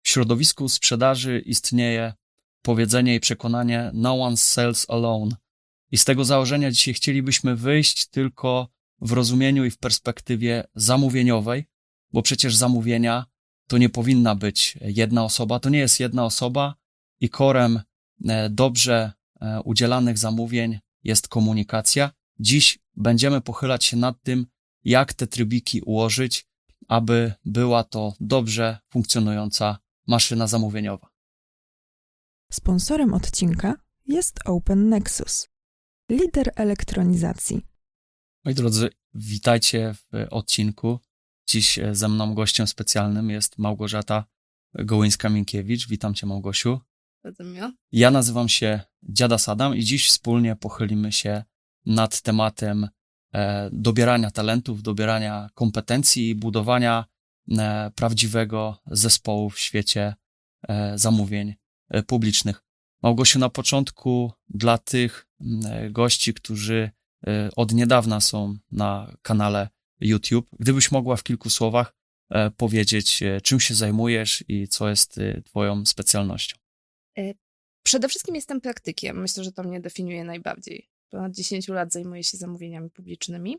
środowisku sprzedaży istnieje powiedzenie i przekonanie no one sells alone. I z tego założenia dzisiaj chcielibyśmy wyjść tylko w rozumieniu i w perspektywie zamówieniowej, bo przecież zamówienia to nie powinna być jedna osoba, to nie jest jedna osoba i corem dobrze udzielanych zamówień jest komunikacja. Dziś będziemy pochylać się nad tym, jak te trybiki ułożyć, aby była to dobrze funkcjonująca maszyna zamówieniowa. Sponsorem odcinka jest Open Nexus, lider elektronizacji. Moi drodzy, witajcie w odcinku. Dziś ze mną gościem specjalnym jest Małgorzata Gołyńska-Minkiewicz. Witam cię, Małgosiu. Bardzo miło. Ja nazywam się Dziadas Adam i dziś wspólnie pochylimy się nad tematem dobierania talentów, dobierania kompetencji i budowania prawdziwego zespołu w świecie zamówień publicznych. Małgosiu, na początku dla tych gości, którzy od niedawna są na kanale YouTube, gdybyś mogła w kilku słowach powiedzieć, czym się zajmujesz i co jest twoją specjalnością. Przede wszystkim jestem praktykiem. Myślę, że to mnie definiuje najbardziej. Ponad 10 lat zajmuję się zamówieniami publicznymi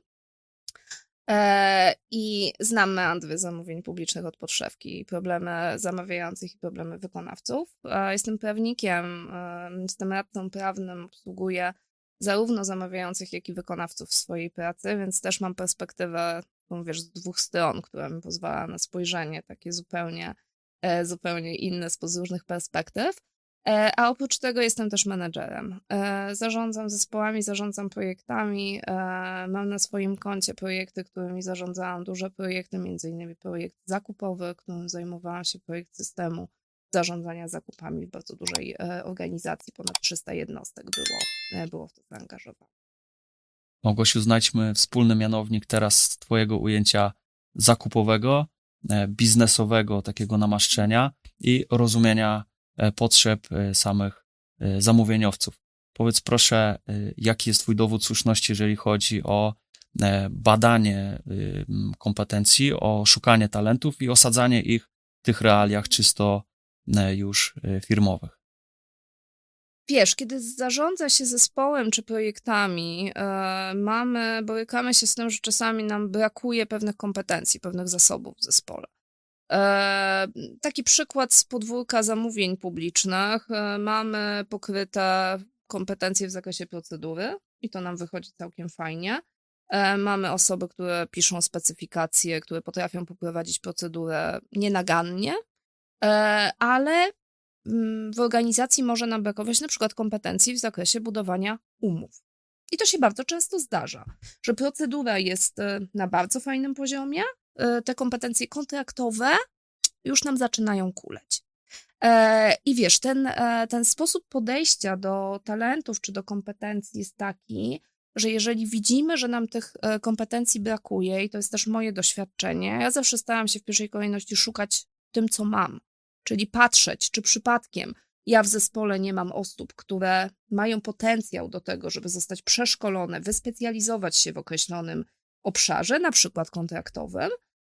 i znam meandry zamówień publicznych od podszewki, problemy zamawiających i problemy wykonawców. Jestem prawnikiem, jestem radcą prawnym, obsługuję zarówno zamawiających, jak i wykonawców w swojej pracy, więc też mam perspektywę, wiesz, z dwóch stron, która mi pozwala na spojrzenie takie zupełnie inne z różnych perspektyw. A oprócz tego jestem też menedżerem. Zarządzam zespołami, zarządzam projektami. Mam na swoim koncie projekty, którymi zarządzałam, duże projekty, m.in. projekt zakupowy, którym zajmowałam się, projekt systemu zarządzania zakupami w bardzo dużej organizacji. Ponad 300 jednostek było w to zaangażowanych. Małgosiu, znajdźmy wspólny mianownik teraz z twojego ujęcia zakupowego, biznesowego, takiego namaszczenia i rozumienia potrzeb samych zamówieniowców. Powiedz proszę, jaki jest twój dowód słuszności, jeżeli chodzi o badanie kompetencji, o szukanie talentów i osadzanie ich w tych realiach czysto już firmowych? Wiesz, kiedy zarządza się zespołem czy projektami, borykamy się z tym, że czasami nam brakuje pewnych kompetencji, pewnych zasobów w zespole. Taki przykład z podwórka zamówień publicznych. Mamy pokryte kompetencje w zakresie procedury i to nam wychodzi całkiem fajnie. Mamy osoby, które piszą specyfikacje, które potrafią poprowadzić procedurę nienagannie, ale w organizacji może nam brakować na przykład kompetencji w zakresie budowania umów. I to się bardzo często zdarza, że procedura jest na bardzo fajnym poziomie, te kompetencje kontraktowe już nam zaczynają kuleć. I wiesz, ten sposób podejścia do talentów czy do kompetencji jest taki, że jeżeli widzimy, że nam tych kompetencji brakuje, i to jest też moje doświadczenie, ja zawsze staram się w pierwszej kolejności szukać tym, co mam, czyli patrzeć, czy przypadkiem ja w zespole nie mam osób, które mają potencjał do tego, żeby zostać przeszkolone, wyspecjalizować się w określonym obszarze, na przykład kontraktowym.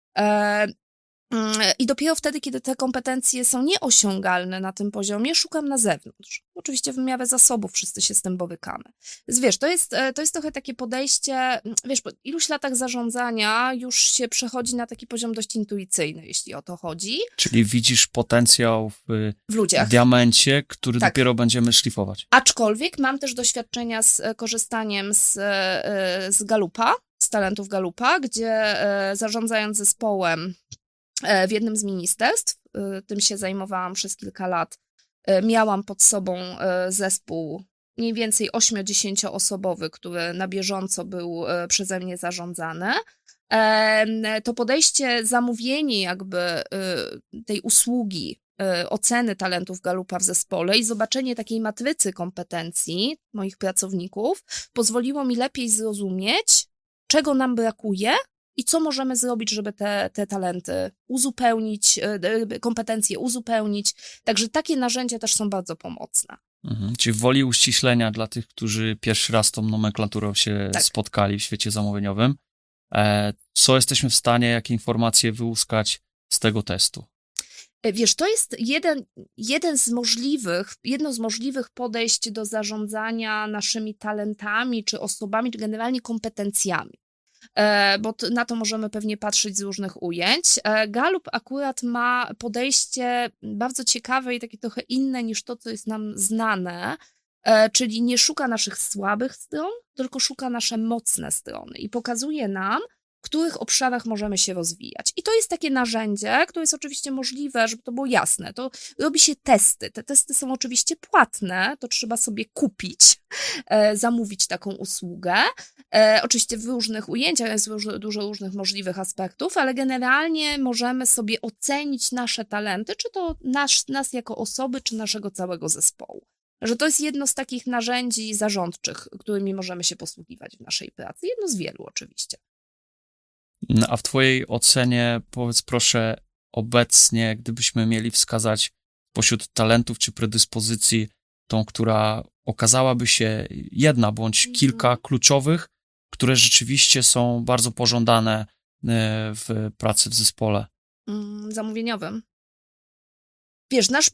I dopiero wtedy, kiedy te kompetencje są nieosiągalne na tym poziomie, szukam na zewnątrz. Oczywiście w miarę zasobów wszyscy się z tym borykamy. Więc wiesz, to jest trochę takie podejście, wiesz, po iluś latach zarządzania już się przechodzi na taki poziom dość intuicyjny, jeśli o to chodzi. Czyli widzisz potencjał w ludziach, diamencie, który tak. Dopiero będziemy szlifować. Aczkolwiek mam też doświadczenia z korzystaniem z Galupa, z talentów Galupa, gdzie zarządzając zespołem w jednym z ministerstw, tym się zajmowałam przez kilka lat, miałam pod sobą zespół mniej więcej 8-10 osobowy, który na bieżąco był przeze mnie zarządzany. To podejście, zamówienie jakby tej usługi, oceny talentów Galupa w zespole i zobaczenie takiej matrycy kompetencji moich pracowników pozwoliło mi lepiej zrozumieć, czego nam brakuje i co możemy zrobić, żeby te talenty uzupełnić, kompetencje uzupełnić. Także takie narzędzia też są bardzo pomocne. Czyli w woli uściślenia dla tych, którzy pierwszy raz tą nomenklaturą się spotkali w świecie zamówieniowym, co jesteśmy w stanie, jakie informacje wyłuskać z tego testu? Wiesz, to jest jedno z możliwych podejść do zarządzania naszymi talentami, czy osobami, czy generalnie kompetencjami. Bo na to możemy pewnie patrzeć z różnych ujęć. Gallup akurat ma podejście bardzo ciekawe i takie trochę inne niż to, co jest nam znane, czyli nie szuka naszych słabych stron, tylko szuka nasze mocne strony i pokazuje nam, w których obszarach możemy się rozwijać. I to jest takie narzędzie, które jest oczywiście możliwe, żeby to było jasne. To robi się testy. Te testy są oczywiście płatne, to trzeba sobie kupić, zamówić taką usługę. Oczywiście w różnych ujęciach jest dużo różnych możliwych aspektów, ale generalnie możemy sobie ocenić nasze talenty, czy to nas jako osoby, czy naszego całego zespołu. Że to jest jedno z takich narzędzi zarządczych, którymi możemy się posługiwać w naszej pracy. Jedno z wielu oczywiście. A w twojej ocenie, powiedz proszę, obecnie, gdybyśmy mieli wskazać pośród talentów czy predyspozycji tą, która okazałaby się jedna bądź kilka kluczowych, które rzeczywiście są bardzo pożądane w pracy w zespole? Zamówieniowym. Wiesz, nasz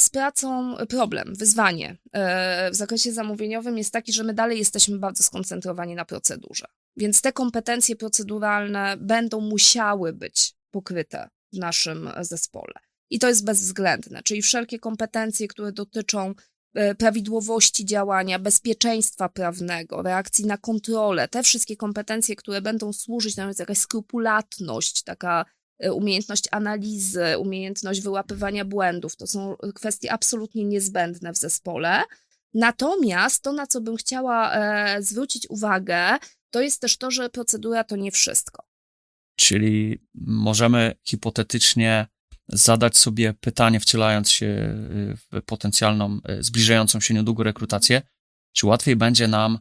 wyzwanie w zakresie zamówieniowym jest taki, że my dalej jesteśmy bardzo skoncentrowani na procedurze. Więc te kompetencje proceduralne będą musiały być pokryte w naszym zespole. I to jest bezwzględne, czyli wszelkie kompetencje, które dotyczą prawidłowości działania, bezpieczeństwa prawnego, reakcji na kontrolę, te wszystkie kompetencje, które będą służyć nam, jest jakaś skrupulatność, taka umiejętność analizy, umiejętność wyłapywania błędów, to są kwestie absolutnie niezbędne w zespole. Natomiast to, na co bym chciała zwrócić uwagę, to jest też to, że procedura to nie wszystko. Czyli możemy hipotetycznie zadać sobie pytanie, wcielając się w potencjalną, zbliżającą się niedługo rekrutację, czy łatwiej będzie nam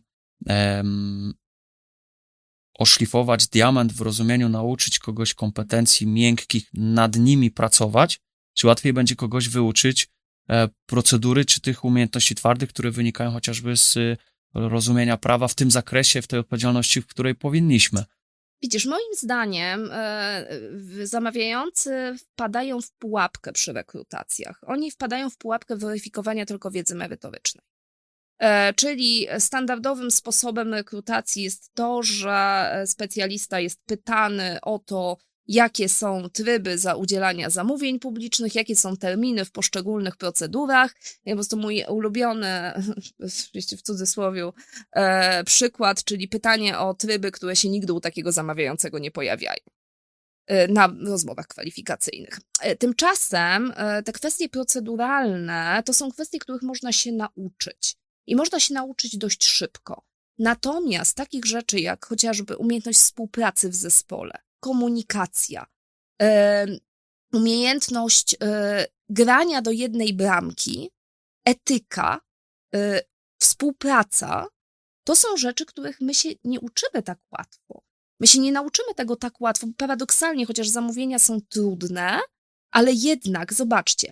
oszlifować diament w rozumieniu, nauczyć kogoś kompetencji miękkich, nad nimi pracować, czy łatwiej będzie kogoś wyuczyć procedury, czy tych umiejętności twardych, które wynikają chociażby z rozumienia prawa w tym zakresie, w tej odpowiedzialności, w której powinniśmy. Widzisz, moim zdaniem zamawiający wpadają w pułapkę przy rekrutacjach. Oni wpadają w pułapkę weryfikowania tylko wiedzy merytorycznej. Czyli standardowym sposobem rekrutacji jest to, że specjalista jest pytany o to, jakie są tryby udzielania zamówień publicznych, jakie są terminy w poszczególnych procedurach. Po prostu mój ulubiony, oczywiście w cudzysłowie, przykład, czyli pytanie o tryby, które się nigdy u takiego zamawiającego nie pojawiają na rozmowach kwalifikacyjnych. Tymczasem te kwestie proceduralne to są kwestie, których można się nauczyć. I można się nauczyć dość szybko. Natomiast takich rzeczy jak chociażby umiejętność współpracy w zespole, komunikacja, umiejętność grania do jednej bramki, etyka, współpraca, to są rzeczy, których my się nie uczymy tak łatwo. My się nie nauczymy tego tak łatwo, bo paradoksalnie, chociaż zamówienia są trudne, ale jednak, zobaczcie,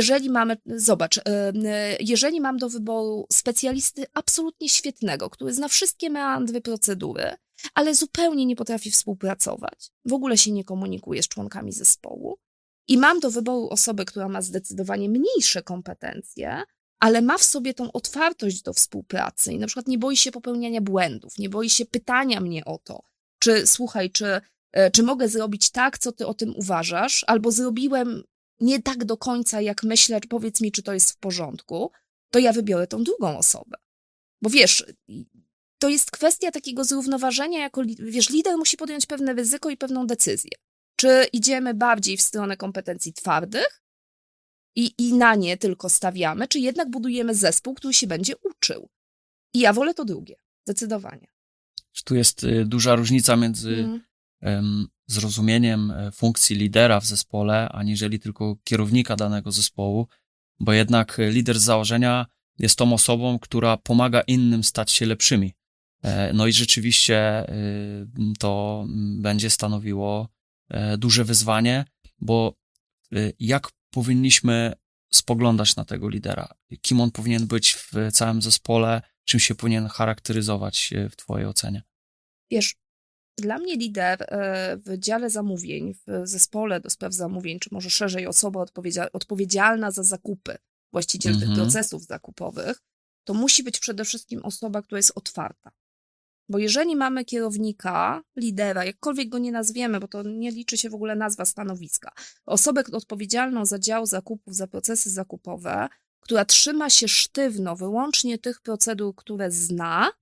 jeżeli mam do wyboru specjalisty absolutnie świetnego, który zna wszystkie meandry procedury, ale zupełnie nie potrafi współpracować, w ogóle się nie komunikuje z członkami zespołu i mam do wyboru osobę, która ma zdecydowanie mniejsze kompetencje, ale ma w sobie tą otwartość do współpracy i na przykład nie boi się popełniania błędów, nie boi się pytania mnie o to, czy mogę zrobić tak, co ty o tym uważasz, albo zrobiłem nie tak do końca, jak myślę, powiedz mi, czy to jest w porządku, to ja wybiorę tą drugą osobę. Bo wiesz, to jest kwestia takiego zrównoważenia, lider musi podjąć pewne ryzyko i pewną decyzję. Czy idziemy bardziej w stronę kompetencji twardych i na nie tylko stawiamy, czy jednak budujemy zespół, który się będzie uczył. I ja wolę to drugie, zdecydowanie. Tu jest duża różnica między zrozumieniem funkcji lidera w zespole, aniżeli tylko kierownika danego zespołu, bo jednak lider z założenia jest tą osobą, która pomaga innym stać się lepszymi. No i rzeczywiście to będzie stanowiło duże wyzwanie, bo jak powinniśmy spoglądać na tego lidera? Kim on powinien być w całym zespole? Czym się powinien charakteryzować w twojej ocenie? Wiesz, Dla mnie lider w dziale zamówień, w zespole do spraw zamówień, czy może szerzej osoba odpowiedzialna za zakupy, właściciel tych procesów zakupowych, to musi być przede wszystkim osoba, która jest otwarta. Bo jeżeli mamy kierownika, lidera, jakkolwiek go nie nazwiemy, bo to nie liczy się w ogóle nazwa stanowiska, osobę odpowiedzialną za dział zakupów, za procesy zakupowe, która trzyma się sztywno wyłącznie tych procedur, które zna,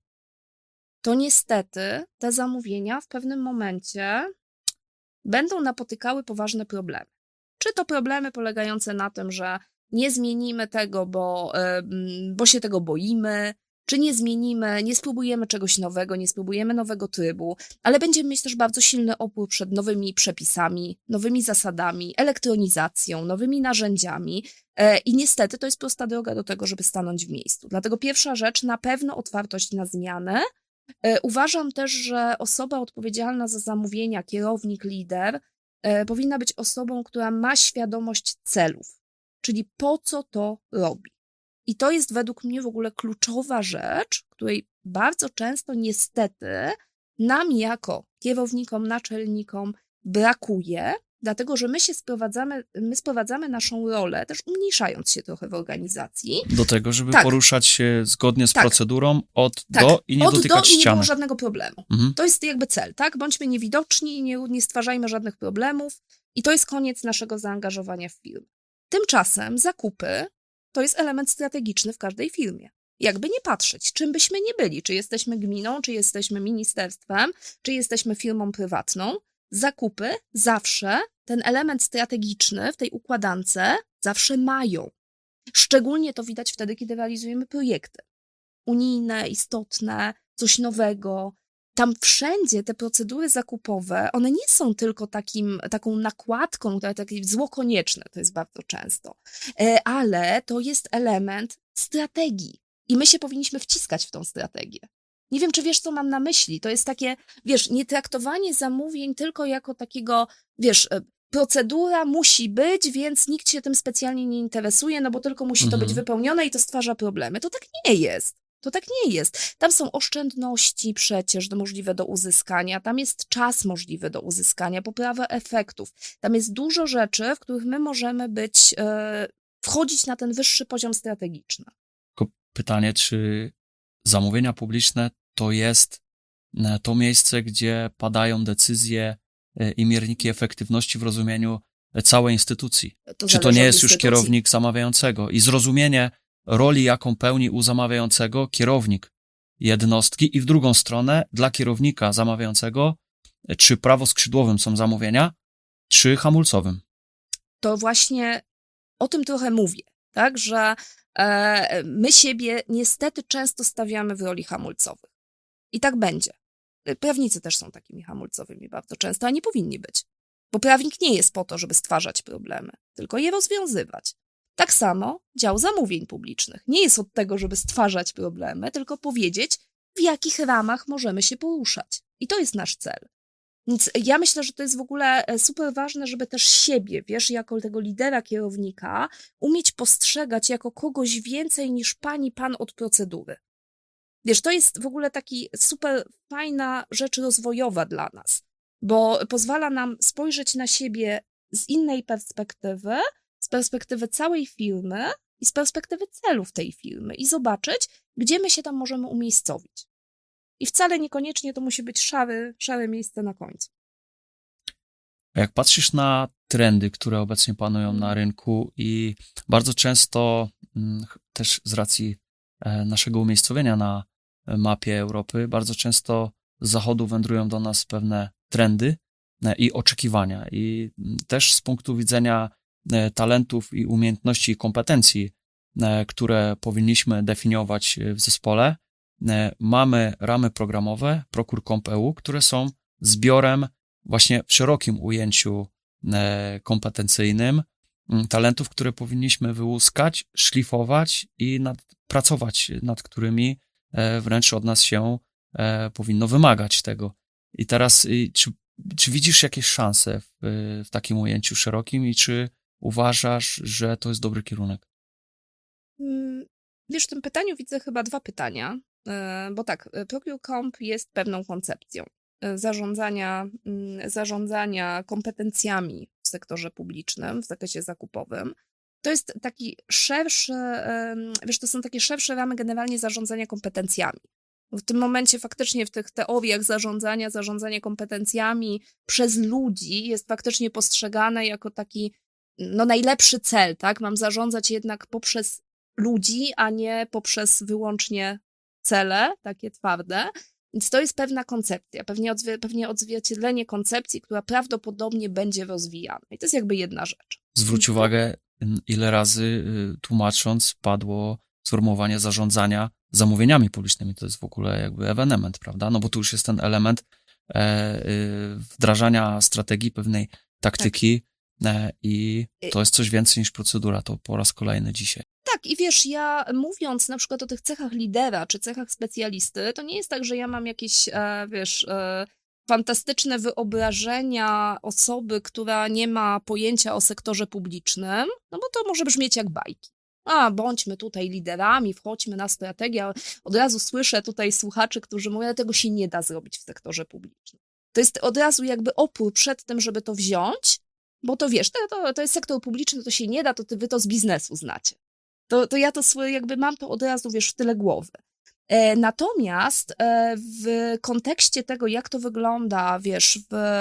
to niestety te zamówienia w pewnym momencie będą napotykały poważne problemy. Czy to problemy polegające na tym, że nie zmienimy tego, bo się tego boimy, czy nie zmienimy, nie spróbujemy czegoś nowego, nie spróbujemy nowego trybu, ale będziemy mieć też bardzo silny opór przed nowymi przepisami, nowymi zasadami, elektronizacją, nowymi narzędziami i niestety to jest prosta droga do tego, żeby stanąć w miejscu. Dlatego pierwsza rzecz, na pewno otwartość na zmianę. Uważam też, że osoba odpowiedzialna za zamówienia, kierownik, lider, powinna być osobą, która ma świadomość celów, czyli po co to robi. I to jest według mnie w ogóle kluczowa rzecz, której bardzo często niestety nam jako kierownikom, naczelnikom brakuje, dlatego że my sprowadzamy naszą rolę, też umniejszając się trochę w organizacji. Do tego, żeby poruszać się zgodnie z procedurą do i nie od dotykać do i nie ściany. było żadnego problemu. To jest jakby cel, tak? Bądźmy niewidoczni, nie stwarzajmy żadnych problemów i to jest koniec naszego zaangażowania w firmę. Tymczasem zakupy to jest element strategiczny w każdej firmie. Jakby nie patrzeć, czym byśmy nie byli, czy jesteśmy gminą, czy jesteśmy ministerstwem, czy jesteśmy firmą prywatną, zakupy zawsze ten element strategiczny w tej układance zawsze mają. Szczególnie to widać wtedy, kiedy realizujemy projekty unijne, istotne, coś nowego. Tam wszędzie te procedury zakupowe, one nie są tylko taką nakładką, takie zło konieczne, to jest bardzo często, ale to jest element strategii i my się powinniśmy wciskać w tą strategię. Nie wiem, czy wiesz, co mam na myśli. To jest takie, nie traktowanie zamówień tylko jako takiego, procedura musi być, więc nikt się tym specjalnie nie interesuje, no bo tylko musi to być wypełnione i to stwarza problemy. To tak nie jest. To tak nie jest. Tam są oszczędności przecież możliwe do uzyskania, tam jest czas możliwy do uzyskania, poprawa efektów. Tam jest dużo rzeczy, w których my możemy wchodzić na ten wyższy poziom strategiczny. Tylko pytanie, czy zamówienia publiczne to jest to miejsce, gdzie padają decyzje i mierniki efektywności w rozumieniu całej instytucji? Czy to nie jest już kierownik zamawiającego? I zrozumienie roli, jaką pełni u zamawiającego kierownik jednostki i w drugą stronę dla kierownika zamawiającego, czy prawoskrzydłowym są zamówienia, czy hamulcowym. To właśnie o tym trochę mówię, tak, że my siebie niestety często stawiamy w roli hamulcowych. I tak będzie. Prawnicy też są takimi hamulcowymi bardzo często, a nie powinni być. Bo prawnik nie jest po to, żeby stwarzać problemy, tylko je rozwiązywać. Tak samo dział zamówień publicznych nie jest od tego, żeby stwarzać problemy, tylko powiedzieć, w jakich ramach możemy się poruszać. I to jest nasz cel. Więc ja myślę, że to jest w ogóle super ważne, żeby też siebie, jako tego lidera, kierownika, umieć postrzegać jako kogoś więcej niż pan od procedury. To jest w ogóle taki super fajna rzecz rozwojowa dla nas, bo pozwala nam spojrzeć na siebie z innej perspektywy, z perspektywy całej firmy i z perspektywy celów tej firmy i zobaczyć, gdzie my się tam możemy umiejscowić. I wcale niekoniecznie to musi być szare miejsce na końcu. A jak patrzysz na trendy, które obecnie panują na rynku i bardzo często też z racji naszego umiejscowienia na mapie Europy, bardzo często z zachodu wędrują do nas pewne trendy i oczekiwania. I też z punktu widzenia talentów i umiejętności i kompetencji, które powinniśmy definiować w zespole, mamy ramy programowe Procure.comp.eu, które są zbiorem właśnie w szerokim ujęciu kompetencyjnym talentów, które powinniśmy wyłuskać, szlifować i pracować nad którymi wręcz od nas się powinno wymagać tego. I teraz, czy widzisz jakieś szanse w takim ujęciu szerokim i czy uważasz, że to jest dobry kierunek? W tym pytaniu widzę chyba dwa pytania, bo tak, Procure.comp jest pewną koncepcją. zarządzania kompetencjami w sektorze publicznym, w zakresie zakupowym. To jest taki szerszy, to są takie szersze ramy generalnie zarządzania kompetencjami. W tym momencie faktycznie w tych teoriach zarządzanie kompetencjami przez ludzi jest faktycznie postrzegane jako taki najlepszy cel, tak? Mam zarządzać jednak poprzez ludzi, a nie poprzez wyłącznie cele, takie twarde. Więc to jest pewna koncepcja, pewnie odzwierciedlenie koncepcji, która prawdopodobnie będzie rozwijana. I to jest jakby jedna rzecz. Zwróć uwagę, ile razy tłumacząc padło sformułowanie zarządzania zamówieniami publicznymi. To jest w ogóle jakby ewenement, prawda? No bo tu już jest ten element wdrażania strategii, pewnej taktyki i to jest coś więcej niż procedura. To po raz kolejny dzisiaj. Tak, i wiesz, ja mówiąc na przykład o tych cechach lidera czy cechach specjalisty, to nie jest tak, że ja mam jakieś, fantastyczne wyobrażenia osoby, która nie ma pojęcia o sektorze publicznym, no bo to może brzmieć jak bajki. Bądźmy tutaj liderami, wchodźmy na strategię. Od razu słyszę tutaj słuchaczy, którzy mówią, że tego się nie da zrobić w sektorze publicznym. To jest od razu jakby opór przed tym, żeby to wziąć, bo to wiesz, to jest sektor publiczny, to się nie da, to wy to z biznesu znacie. To ja to jakby mam to od razu, wiesz, w tyle głowy. Natomiast w kontekście tego, jak to wygląda, wiesz,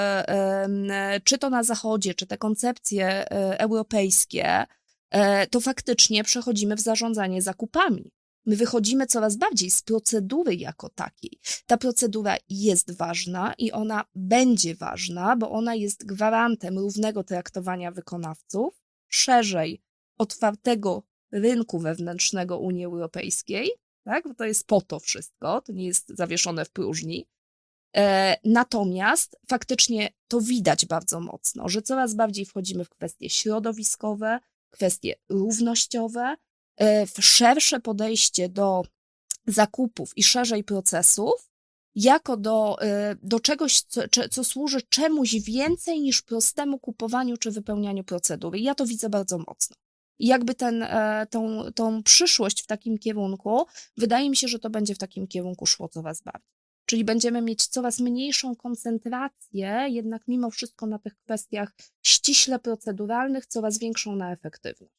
czy to na Zachodzie, czy te koncepcje europejskie, to faktycznie przechodzimy w zarządzanie zakupami. My wychodzimy coraz bardziej z procedury jako takiej. Ta procedura jest ważna i ona będzie ważna, bo ona jest gwarantem równego traktowania wykonawców, szerzej otwartego rynku wewnętrznego Unii Europejskiej, tak? Bo to jest po to wszystko, to nie jest zawieszone w próżni. Natomiast faktycznie to widać bardzo mocno, że coraz bardziej wchodzimy w kwestie środowiskowe, kwestie równościowe, w szersze podejście do zakupów i szerzej procesów, jako do czegoś, co służy czemuś więcej niż prostemu kupowaniu czy wypełnianiu procedury. Ja to widzę bardzo mocno. I jakby tą przyszłość w takim kierunku, wydaje mi się, że to będzie w takim kierunku szło coraz bardziej. Czyli będziemy mieć coraz mniejszą koncentrację, jednak mimo wszystko na tych kwestiach ściśle proceduralnych, coraz większą na efektywność.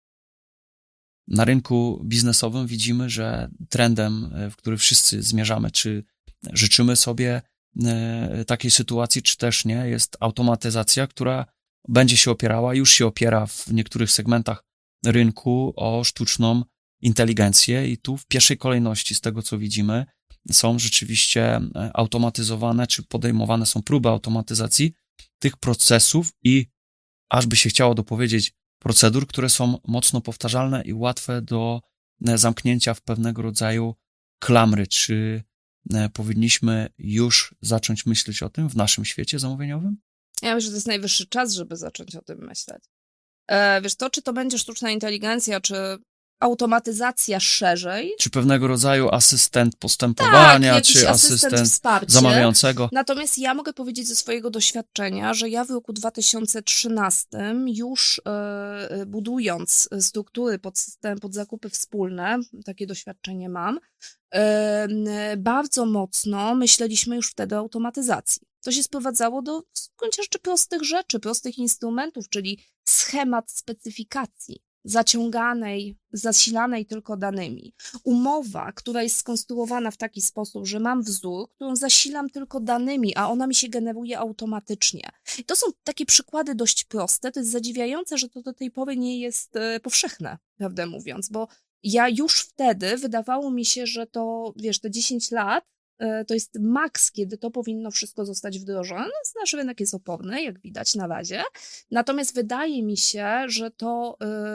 Na rynku biznesowym widzimy, że trendem, w który wszyscy zmierzamy, czy życzymy sobie takiej sytuacji, czy też nie, jest automatyzacja, która będzie się opierała, już się opiera w niektórych segmentach rynku o sztuczną inteligencję i tu w pierwszej kolejności z tego, co widzimy, są rzeczywiście automatyzowane, czy podejmowane są próby automatyzacji tych procesów i aż by się chciało dopowiedzieć procedur, które są mocno powtarzalne i łatwe do zamknięcia w pewnego rodzaju klamry. Czy powinniśmy już zacząć myśleć o tym w naszym świecie zamówieniowym? Ja myślę, że to jest najwyższy czas, żeby zacząć o tym myśleć. Wiesz, czy to będzie sztuczna inteligencja, czy automatyzacja szerzej. Czy pewnego rodzaju asystent postępowania, tak, czy asystent zamawiającego. Natomiast ja mogę powiedzieć ze swojego doświadczenia, że ja w roku 2013 już budując struktury pod zakupy wspólne, takie doświadczenie mam, bardzo mocno myśleliśmy już wtedy o automatyzacji. To się sprowadzało do w gruncie rzeczy prostych rzeczy, prostych instrumentów, czyli schemat specyfikacji zaciąganej, zasilanej tylko danymi. Umowa, która jest skonstruowana w taki sposób, że mam wzór, którą zasilam tylko danymi, a ona mi się generuje automatycznie. I to są takie przykłady dość proste. To jest zadziwiające, że to do tej pory nie jest powszechne, prawdę mówiąc, bo ja już wtedy wydawało mi się, że to, wiesz, te 10 lat to jest maks, kiedy to powinno wszystko zostać wdrożone. Nasz rynek jest oporny, jak widać na razie. Natomiast wydaje mi się, że to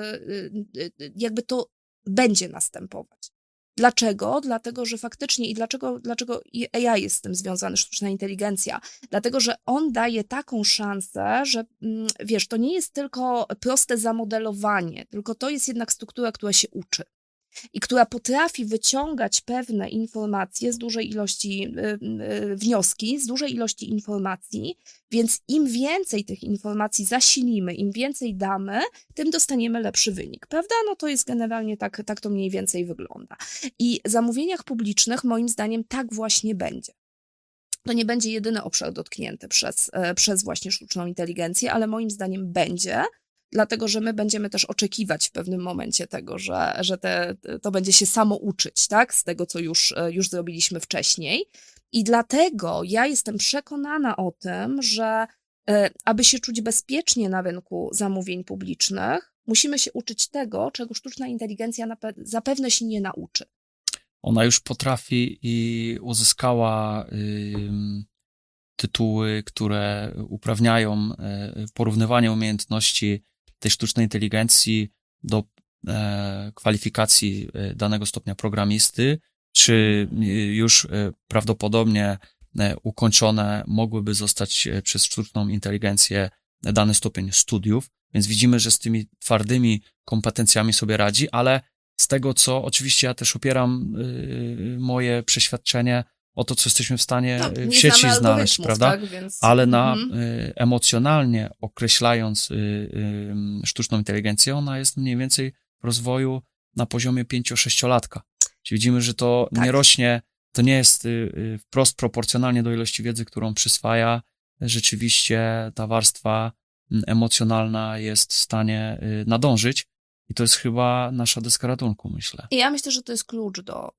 jakby to będzie następować. Dlaczego? Dlatego, że faktycznie i dlaczego AI jest z tym związany, sztuczna inteligencja? Dlatego, że on daje taką szansę, że wiesz, to nie jest tylko proste zamodelowanie, tylko to jest jednak struktura, która się uczy. I która potrafi wyciągać pewne informacje z dużej ilości, wnioski, z dużej ilości informacji, więc im więcej tych informacji zasilimy, im więcej damy, tym dostaniemy lepszy wynik, prawda? No to jest generalnie tak to mniej więcej wygląda. I w zamówieniach publicznych moim zdaniem tak właśnie będzie. to nie będzie jedyny obszar dotknięty przez właśnie sztuczną inteligencję, ale moim zdaniem będzie, dlatego że my będziemy też oczekiwać w pewnym momencie tego, że to będzie się samo uczyć, tak, z tego, co już zrobiliśmy wcześniej. I dlatego ja jestem przekonana o tym, że aby się czuć bezpiecznie na rynku zamówień publicznych, musimy się uczyć tego, czego sztuczna inteligencja zapewne się nie nauczy. Ona już potrafi i uzyskała tytuły, które uprawniają porównywanie umiejętności tej sztucznej inteligencji do kwalifikacji danego stopnia programisty, czy już prawdopodobnie ukończone mogłyby zostać przez sztuczną inteligencję dany stopień studiów, więc widzimy, że z tymi twardymi kompetencjami sobie radzi, ale z tego, co oczywiście ja też opieram moje przeświadczenie o to, co jesteśmy w stanie w sieci znaleźć, prawda? Tak, więc... Ale emocjonalnie określając sztuczną inteligencję, ona jest mniej więcej w rozwoju na poziomie 5-6-latka. Czyli widzimy, że to nie rośnie, to nie jest wprost proporcjonalnie do ilości wiedzy, którą przyswaja. Rzeczywiście ta warstwa emocjonalna jest w stanie nadążyć. I to jest chyba nasza deska ratunku, myślę. I ja myślę, że to jest klucz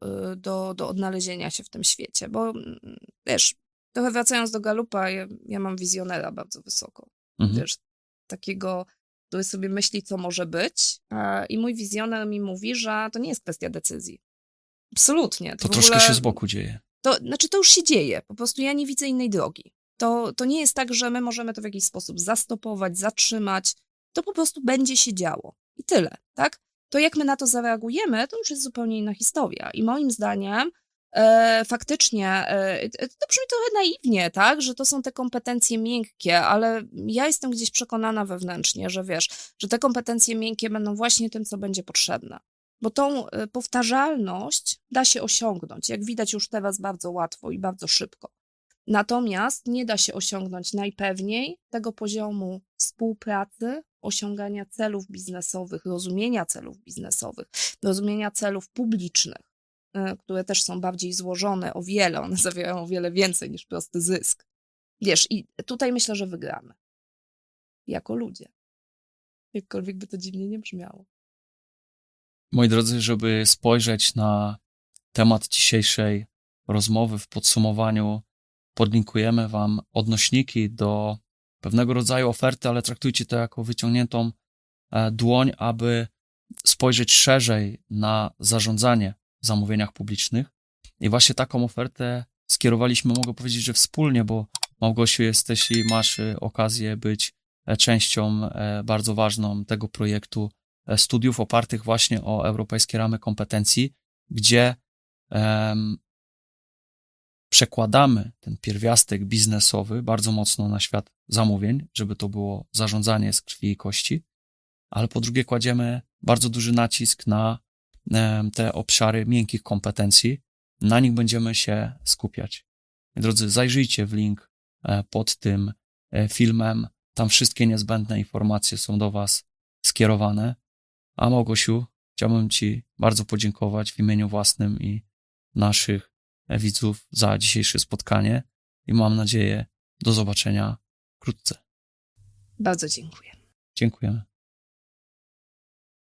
do odnalezienia się w tym świecie, bo wiesz, trochę wracając do Gallupa, ja mam wizjonera bardzo wysoko. Wiesz, takiego, który sobie myśli, co może być, i mój wizjoner mi mówi, że to nie jest kwestia decyzji. Absolutnie. To troszkę się z boku dzieje. To już się dzieje, po prostu ja nie widzę innej drogi. To nie jest tak, że my możemy to w jakiś sposób zastopować, zatrzymać, to po prostu będzie się działo. I tyle, tak? To jak my na to zareagujemy, to już jest zupełnie inna historia. I moim zdaniem faktycznie to brzmi trochę naiwnie, tak? Że to są te kompetencje miękkie, ale ja jestem gdzieś przekonana wewnętrznie, że wiesz, że te kompetencje miękkie będą właśnie tym, co będzie potrzebne. Bo tą powtarzalność da się osiągnąć, jak widać już teraz bardzo łatwo i bardzo szybko. Natomiast nie da się osiągnąć najpewniej tego poziomu współpracy, osiągania celów biznesowych, rozumienia celów biznesowych, rozumienia celów publicznych, które też są bardziej złożone o wiele, one zawierają o wiele więcej niż prosty zysk. Wiesz, i tutaj myślę, że wygramy. Jako ludzie. Jakkolwiek by to dziwnie nie brzmiało. Moi drodzy, żeby spojrzeć na temat dzisiejszej rozmowy w podsumowaniu, podlinkujemy wam odnośniki do pewnego rodzaju oferty, ale traktujcie to jako wyciągniętą dłoń, aby spojrzeć szerzej na zarządzanie w zamówieniach publicznych. I właśnie taką ofertę skierowaliśmy, mogę powiedzieć, że wspólnie, bo Małgosiu, jesteś i masz okazję być częścią bardzo ważną tego projektu studiów opartych właśnie o europejskie ramy kompetencji, gdzie przekładamy ten pierwiastek biznesowy bardzo mocno na świat zamówień, żeby to było zarządzanie z krwi i kości, ale po drugie kładziemy bardzo duży nacisk na te obszary miękkich kompetencji. Na nich będziemy się skupiać. Drodzy, zajrzyjcie w link pod tym filmem. Tam wszystkie niezbędne informacje są do was skierowane. A Małgosiu, chciałbym ci bardzo podziękować w imieniu własnym i naszych widzów za dzisiejsze spotkanie i mam nadzieję do zobaczenia wkrótce. Bardzo dziękuję. Dziękujemy.